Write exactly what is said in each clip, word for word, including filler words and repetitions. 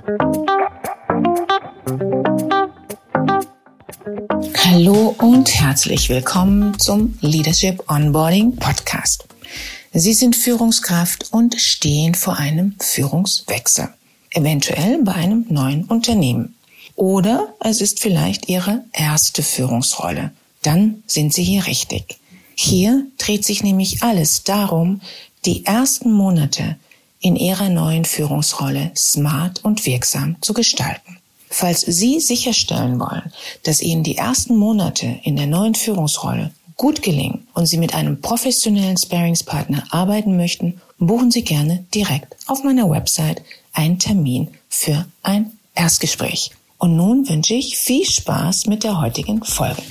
Hallo und herzlich willkommen zum Leadership Onboarding Podcast. Sie sind Führungskraft und stehen vor einem Führungswechsel, eventuell bei einem neuen Unternehmen. Oder es ist vielleicht Ihre erste Führungsrolle. Dann sind Sie hier richtig. Hier dreht sich nämlich alles darum, die ersten Monate in Ihrer neuen Führungsrolle smart und wirksam zu gestalten. Falls Sie sicherstellen wollen, dass Ihnen die ersten Monate in der neuen Führungsrolle gut gelingen und Sie mit einem professionellen Sparringspartner arbeiten möchten, buchen Sie gerne direkt auf meiner Website einen Termin für ein Erstgespräch. Und nun wünsche ich viel Spaß mit der heutigen Folge.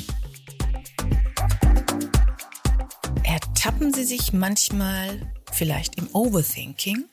Ertappen Sie sich manchmal vielleicht im Overthinking?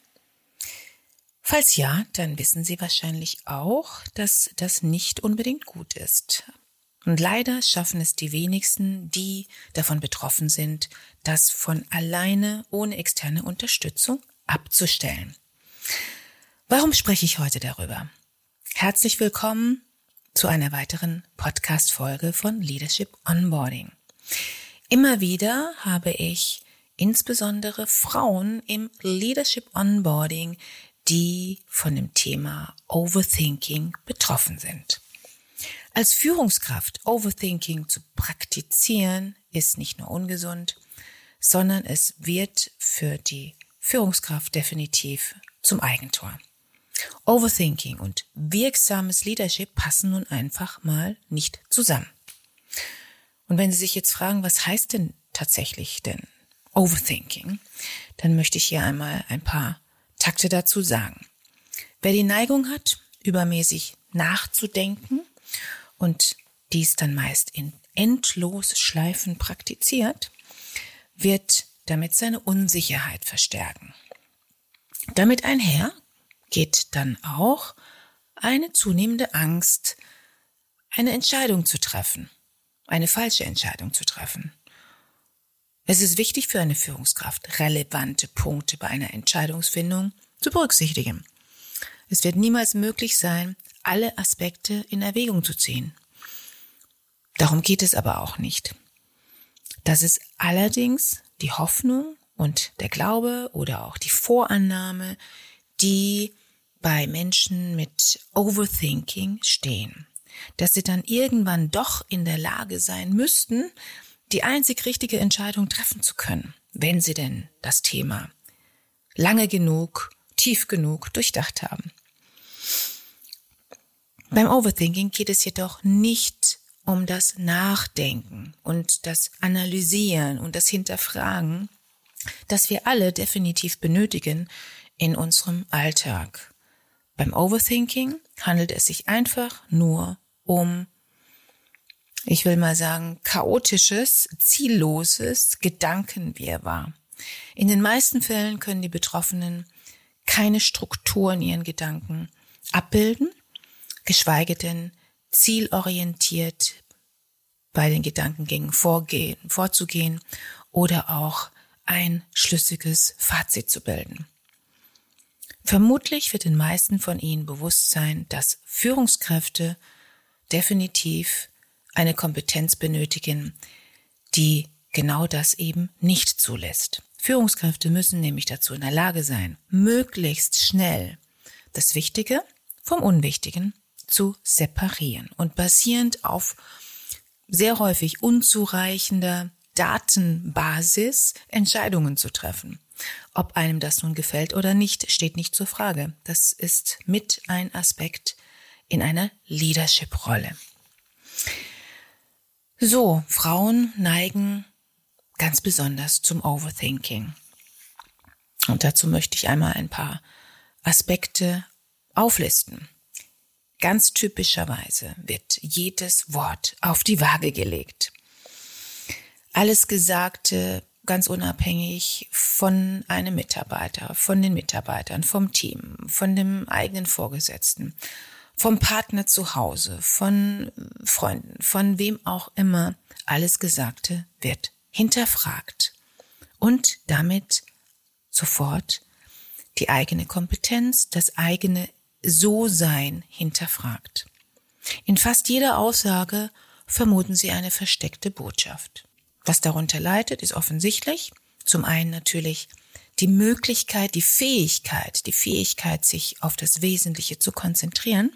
Falls ja, dann wissen Sie wahrscheinlich auch, dass das nicht unbedingt gut ist. Und leider schaffen es die wenigsten, die davon betroffen sind, das von alleine ohne externe Unterstützung abzustellen. Warum spreche ich heute darüber? Herzlich willkommen zu einer weiteren Podcast-Folge von Leadership Onboarding. Immer wieder habe ich insbesondere Frauen im Leadership Onboarding, die von dem Thema Overthinking betroffen sind. Als Führungskraft Overthinking zu praktizieren, ist nicht nur ungesund, sondern es wird für die Führungskraft definitiv zum Eigentor. Overthinking und wirksames Leadership passen nun einfach mal nicht zusammen. Und wenn Sie sich jetzt fragen, was heißt denn tatsächlich denn Overthinking, dann möchte ich hier einmal ein paar Takte dazu sagen. Wer die Neigung hat, übermäßig nachzudenken und dies dann meist in Endlosschleifen praktiziert, wird damit seine Unsicherheit verstärken. Damit einher geht dann auch eine zunehmende Angst, eine Entscheidung zu treffen, eine falsche Entscheidung zu treffen. Es ist wichtig für eine Führungskraft, relevante Punkte bei einer Entscheidungsfindung zu berücksichtigen. Es wird niemals möglich sein, alle Aspekte in Erwägung zu ziehen. Darum geht es aber auch nicht. Das ist allerdings die Hoffnung und der Glaube oder auch die Vorannahme, die bei Menschen mit Overthinking stehen. Dass sie dann irgendwann doch in der Lage sein müssten, die einzig richtige Entscheidung treffen zu können, wenn sie denn das Thema lange genug, tief genug durchdacht haben. Beim Overthinking geht es jedoch nicht um das Nachdenken und das Analysieren und das Hinterfragen, das wir alle definitiv benötigen in unserem Alltag. Beim Overthinking handelt es sich einfach nur um, ich will mal sagen, chaotisches, zielloses Gedankenwirrwarr. In den meisten Fällen können die Betroffenen keine Struktur in ihren Gedanken abbilden, geschweige denn zielorientiert bei den Gedankengängen vorgehen, vorzugehen oder auch ein schlüssiges Fazit zu bilden. Vermutlich wird den meisten von Ihnen bewusst sein, dass Führungskräfte definitiv eine Kompetenz benötigen, die genau das eben nicht zulässt. Führungskräfte müssen nämlich dazu in der Lage sein, möglichst schnell das Wichtige vom Unwichtigen zu separieren und basierend auf sehr häufig unzureichender Datenbasis Entscheidungen zu treffen. Ob einem das nun gefällt oder nicht, steht nicht zur Frage. Das ist mit ein Aspekt in einer Leadership-Rolle. So, Frauen neigen ganz besonders zum Overthinking. Und dazu möchte ich einmal ein paar Aspekte auflisten. Ganz typischerweise wird jedes Wort auf die Waage gelegt. Alles Gesagte, ganz unabhängig von einem Mitarbeiter, von den Mitarbeitern, vom Team, von dem eigenen Vorgesetzten, vom Partner zu Hause, von Freunden, von wem auch immer, alles Gesagte wird hinterfragt und damit sofort die eigene Kompetenz, das eigene So-Sein hinterfragt. In fast jeder Aussage vermuten Sie eine versteckte Botschaft. Was darunter leitet, ist offensichtlich. Zum einen natürlich die Möglichkeit, die Fähigkeit, die Fähigkeit, sich auf das Wesentliche zu konzentrieren.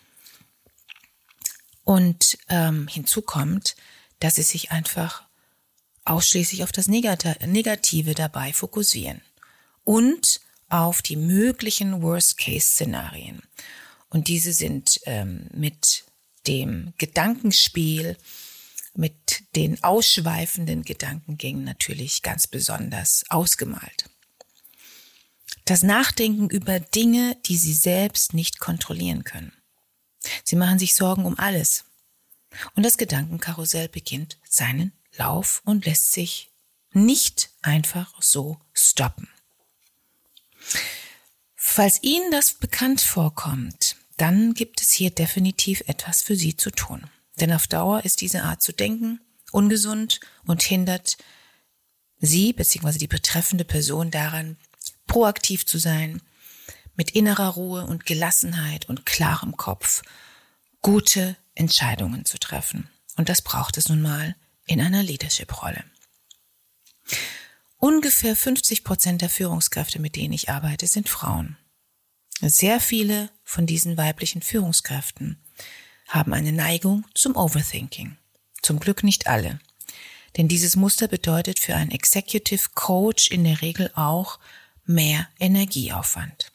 Und ähm, hinzu kommt, dass Sie sich einfach ausschließlich auf das Negative dabei fokussieren und auf die möglichen Worst-Case-Szenarien. Und diese sind ähm, mit dem Gedankenspiel, mit den ausschweifenden Gedankengängen natürlich ganz besonders ausgemalt. Das Nachdenken über Dinge, die Sie selbst nicht kontrollieren können. Sie machen sich Sorgen um alles. Und das Gedankenkarussell beginnt seinen Lauf und lässt sich nicht einfach so stoppen. Falls Ihnen das bekannt vorkommt, dann gibt es hier definitiv etwas für Sie zu tun. Denn auf Dauer ist diese Art zu denken ungesund und hindert Sie bzw. die betreffende Person daran, proaktiv zu sein, mit innerer Ruhe und Gelassenheit und klarem Kopf gute Entscheidungen zu treffen. Und das braucht es nun mal in einer Leadership-Rolle. Ungefähr fünfzig Prozent der Führungskräfte, mit denen ich arbeite, sind Frauen. Sehr viele von diesen weiblichen Führungskräften haben eine Neigung zum Overthinking. Zum Glück nicht alle. Denn dieses Muster bedeutet für einen Executive Coach in der Regel auch mehr Energieaufwand.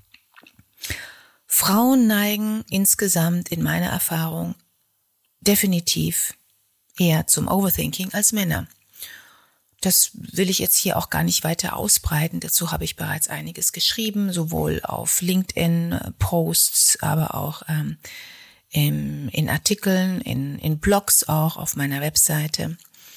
Frauen neigen insgesamt in meiner Erfahrung definitiv eher zum Overthinking als Männer. Das will ich jetzt hier auch gar nicht weiter ausbreiten. Dazu habe ich bereits einiges geschrieben, sowohl auf LinkedIn-Posts, aber auch ähm, in, in Artikeln, in, in Blogs auch auf meiner Webseite.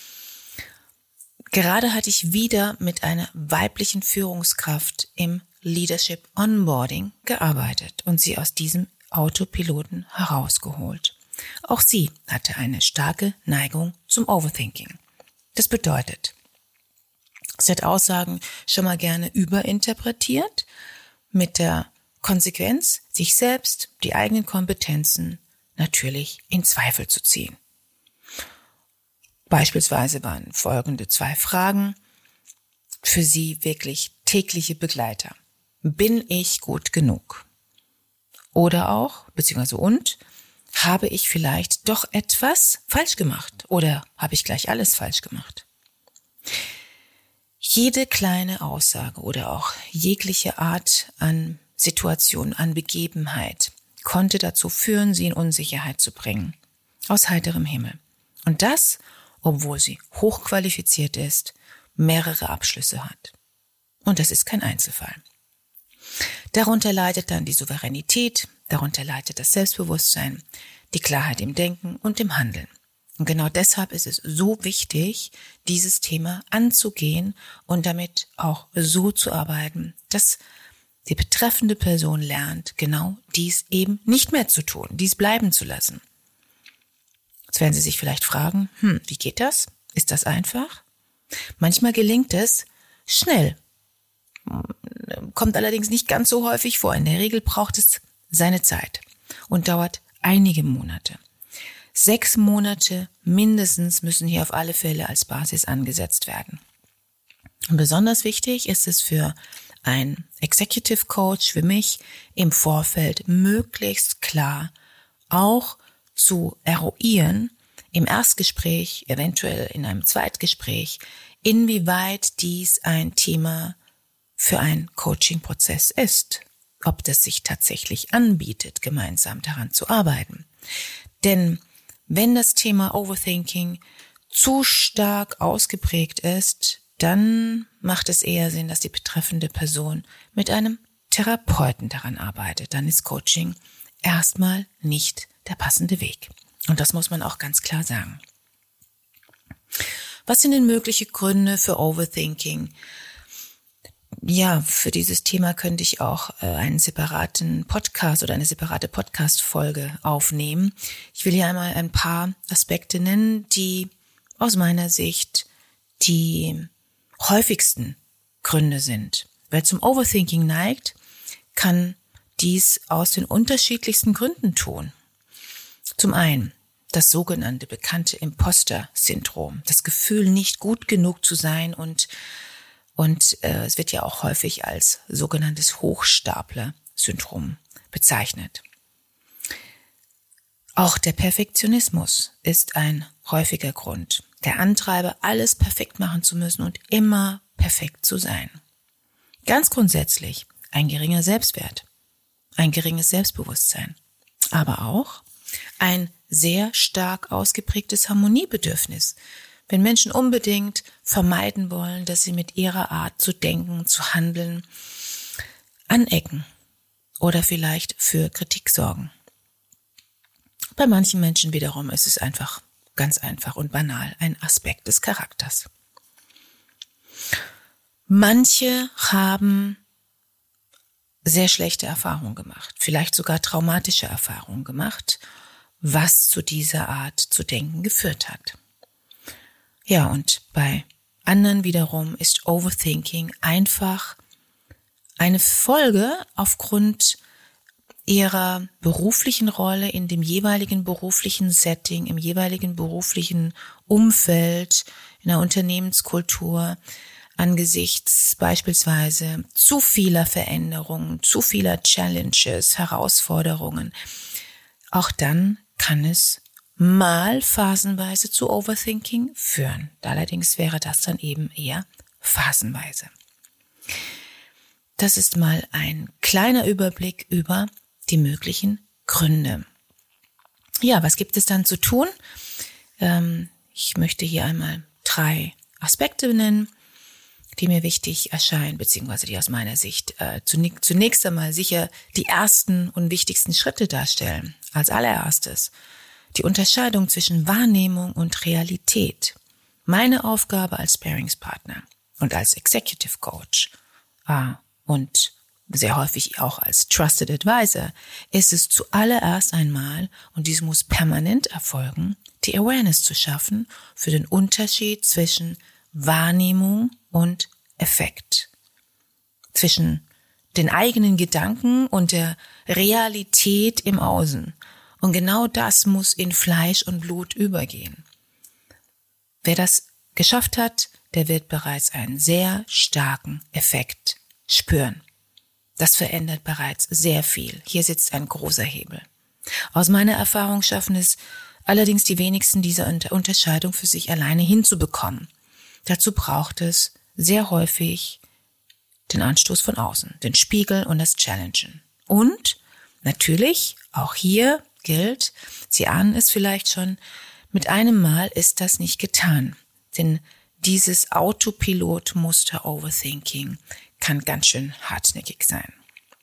Gerade hatte ich wieder mit einer weiblichen Führungskraft im Leadership Onboarding gearbeitet und sie aus diesem Autopiloten herausgeholt. Auch sie hatte eine starke Neigung zum Overthinking. Das bedeutet, sie hat Aussagen schon mal gerne überinterpretiert, mit der Konsequenz, sich selbst, die eigenen Kompetenzen natürlich in Zweifel zu ziehen. Beispielsweise waren folgende zwei Fragen für sie wirklich tägliche Begleiter. Bin ich gut genug? Oder auch, beziehungsweise und, habe ich vielleicht doch etwas falsch gemacht? Oder habe ich gleich alles falsch gemacht? Jede kleine Aussage oder auch jegliche Art an Situation, an Begebenheit konnte dazu führen, sie in Unsicherheit zu bringen. Aus heiterem Himmel. Und das, obwohl sie hochqualifiziert ist, mehrere Abschlüsse hat. Und das ist kein Einzelfall. Darunter leidet dann die Souveränität, darunter leidet das Selbstbewusstsein, die Klarheit im Denken und im Handeln. Und genau deshalb ist es so wichtig, dieses Thema anzugehen und damit auch so zu arbeiten, dass die betreffende Person lernt, genau dies eben nicht mehr zu tun, dies bleiben zu lassen. Jetzt werden Sie sich vielleicht fragen, hm, wie geht das? Ist das einfach? Manchmal gelingt es schnell, kommt allerdings nicht ganz so häufig vor. In der Regel braucht es seine Zeit und dauert einige Monate. Sechs Monate mindestens müssen hier auf alle Fälle als Basis angesetzt werden. Und besonders wichtig ist es für ein Executive Coach, für mich, im Vorfeld möglichst klar auch zu eruieren, im Erstgespräch, eventuell in einem Zweitgespräch, inwieweit dies ein Thema für einen Coaching-Prozess ist, ob das sich tatsächlich anbietet, gemeinsam daran zu arbeiten. Denn wenn das Thema Overthinking zu stark ausgeprägt ist, dann macht es eher Sinn, dass die betreffende Person mit einem Therapeuten daran arbeitet. Dann ist Coaching erstmal nicht der passende Weg. Und das muss man auch ganz klar sagen. Was sind denn mögliche Gründe für Overthinking? Ja, für dieses Thema könnte ich auch einen separaten Podcast oder eine separate Podcast-Folge aufnehmen. Ich will hier einmal ein paar Aspekte nennen, die aus meiner Sicht die häufigsten Gründe sind. Wer zum Overthinking neigt, kann dies aus den unterschiedlichsten Gründen tun. Zum einen das sogenannte bekannte Imposter-Syndrom, das Gefühl, nicht gut genug zu sein und, und äh, es wird ja auch häufig als sogenanntes Hochstapler-Syndrom bezeichnet. Auch der Perfektionismus ist ein häufiger Grund, der Antreiber, alles perfekt machen zu müssen und immer perfekt zu sein. Ganz grundsätzlich ein geringer Selbstwert, ein geringes Selbstbewusstsein, aber auch ein sehr stark ausgeprägtes Harmoniebedürfnis, wenn Menschen unbedingt vermeiden wollen, dass sie mit ihrer Art zu denken, zu handeln, anecken oder vielleicht für Kritik sorgen. Bei manchen Menschen wiederum ist es einfach ganz einfach und banal ein Aspekt des Charakters. Manche haben sehr schlechte Erfahrungen gemacht, vielleicht sogar traumatische Erfahrungen gemacht, was zu dieser Art zu denken geführt hat. Ja, und bei anderen wiederum ist Overthinking einfach eine Folge aufgrund ihrer beruflichen Rolle in dem jeweiligen beruflichen Setting, im jeweiligen beruflichen Umfeld, in der Unternehmenskultur, angesichts beispielsweise zu vieler Veränderungen, zu vieler Challenges, Herausforderungen. Auch dann kann es mal phasenweise zu Overthinking führen. Allerdings wäre das dann eben eher phasenweise. Das ist mal ein kleiner Überblick über die möglichen Gründe. Ja, was gibt es dann zu tun? Ähm, ich möchte hier einmal drei Aspekte nennen, die mir wichtig erscheinen, beziehungsweise die aus meiner Sicht äh, zunächst einmal sicher die ersten und wichtigsten Schritte darstellen. Als allererstes die Unterscheidung zwischen Wahrnehmung und Realität. Meine Aufgabe als Sparingspartner und als Executive Coach ah, und sehr häufig auch als Trusted Advisor ist es zuallererst einmal, und dies muss permanent erfolgen, die Awareness zu schaffen für den Unterschied zwischen Wahrnehmung und Effekt, zwischen den eigenen Gedanken und der Realität im Außen. Und genau das muss in Fleisch und Blut übergehen. Wer das geschafft hat, der wird bereits einen sehr starken Effekt spüren. Das verändert bereits sehr viel. Hier sitzt ein großer Hebel. Aus meiner Erfahrung schaffen es allerdings die wenigsten, diese Unterscheidung für sich alleine hinzubekommen. Dazu braucht es sehr häufig den Anstoß von außen, den Spiegel und das Challengen. Und natürlich, auch hier gilt, Sie ahnen es vielleicht schon, mit einem Mal ist das nicht getan. Denn dieses Autopilot-Muster Overthinking kann ganz schön hartnäckig sein.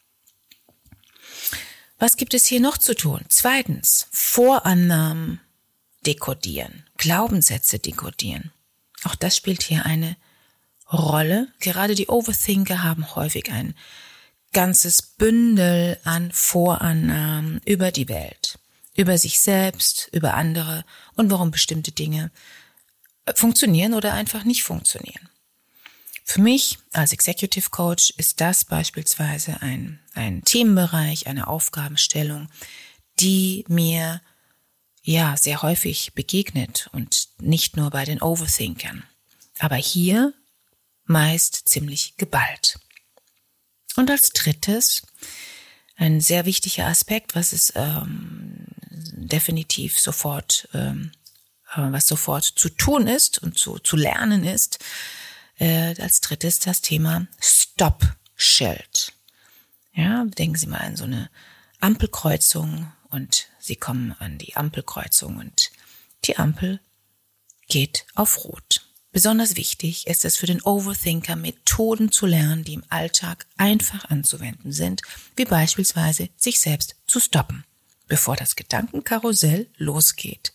Was gibt es hier noch zu tun? Zweitens, Vorannahmen dekodieren, Glaubenssätze dekodieren. Auch das spielt hier eine Rolle. Gerade die Overthinker haben häufig ein ganzes Bündel an Vorannahmen über die Welt, über sich selbst, über andere und warum bestimmte Dinge funktionieren oder einfach nicht funktionieren. Für mich als Executive Coach ist das beispielsweise ein, ein Themenbereich, eine Aufgabenstellung, die mir ja sehr häufig begegnet und nicht nur bei den Overthinkern, aber hier meist ziemlich geballt. Und als drittes, ein sehr wichtiger Aspekt, was es ähm, definitiv sofort, ähm, was sofort zu tun ist und zu, zu lernen ist, äh, als drittes das Thema Stop-Schild. Ja, denken Sie mal an so eine Ampelkreuzung und Sie kommen an die Ampelkreuzung und die Ampel geht auf Rot. Besonders wichtig ist es für den Overthinker, Methoden zu lernen, die im Alltag einfach anzuwenden sind, wie beispielsweise sich selbst zu stoppen, bevor das Gedankenkarussell losgeht.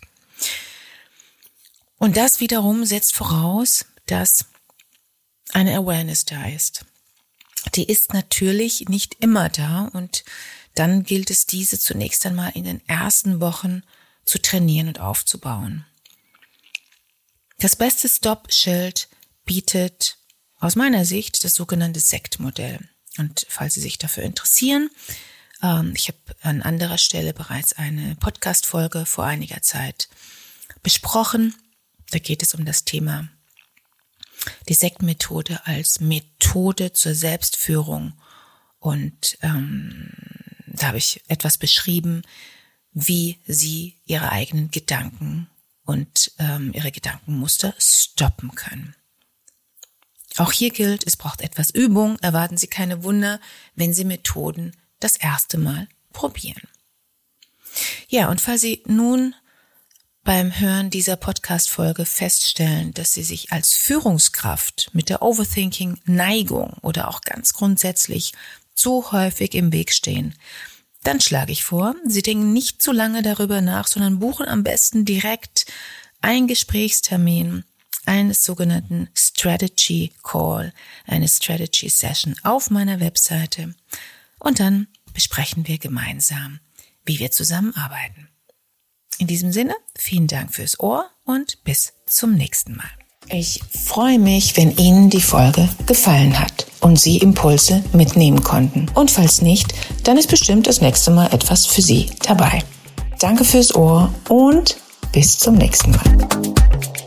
Und das wiederum setzt voraus, dass eine Awareness da ist. Die ist natürlich nicht immer da und dann gilt es, diese zunächst einmal in den ersten Wochen zu trainieren und aufzubauen. Das beste Stop-Schild bietet aus meiner Sicht das sogenannte S E C T-Modell. Und falls Sie sich dafür interessieren, Ähm, ich habe an anderer Stelle bereits eine Podcast-Folge vor einiger Zeit besprochen. Da geht es um das Thema die Sektmethode als Methode zur Selbstführung. Und ähm, da habe ich etwas beschrieben, wie Sie Ihre eigenen Gedanken und ähm, Ihre Gedankenmuster stoppen können. Auch hier gilt, es braucht etwas Übung. Erwarten Sie keine Wunder, wenn Sie Methoden das erste Mal probieren. Ja, und falls Sie nun beim Hören dieser Podcast-Folge feststellen, dass Sie sich als Führungskraft mit der Overthinking-Neigung oder auch ganz grundsätzlich zu häufig im Weg stehen, dann schlage ich vor, Sie denken nicht zu lange darüber nach, sondern buchen am besten direkt einen Gesprächstermin eines sogenannten Strategy Call, eine Strategy Session auf meiner Webseite. Und dann besprechen wir gemeinsam, wie wir zusammenarbeiten. In diesem Sinne, vielen Dank fürs Ohr und bis zum nächsten Mal. Ich freue mich, wenn Ihnen die Folge gefallen hat und Sie Impulse mitnehmen konnten. Und falls nicht, dann ist bestimmt das nächste Mal etwas für Sie dabei. Danke fürs Ohr und bis zum nächsten Mal.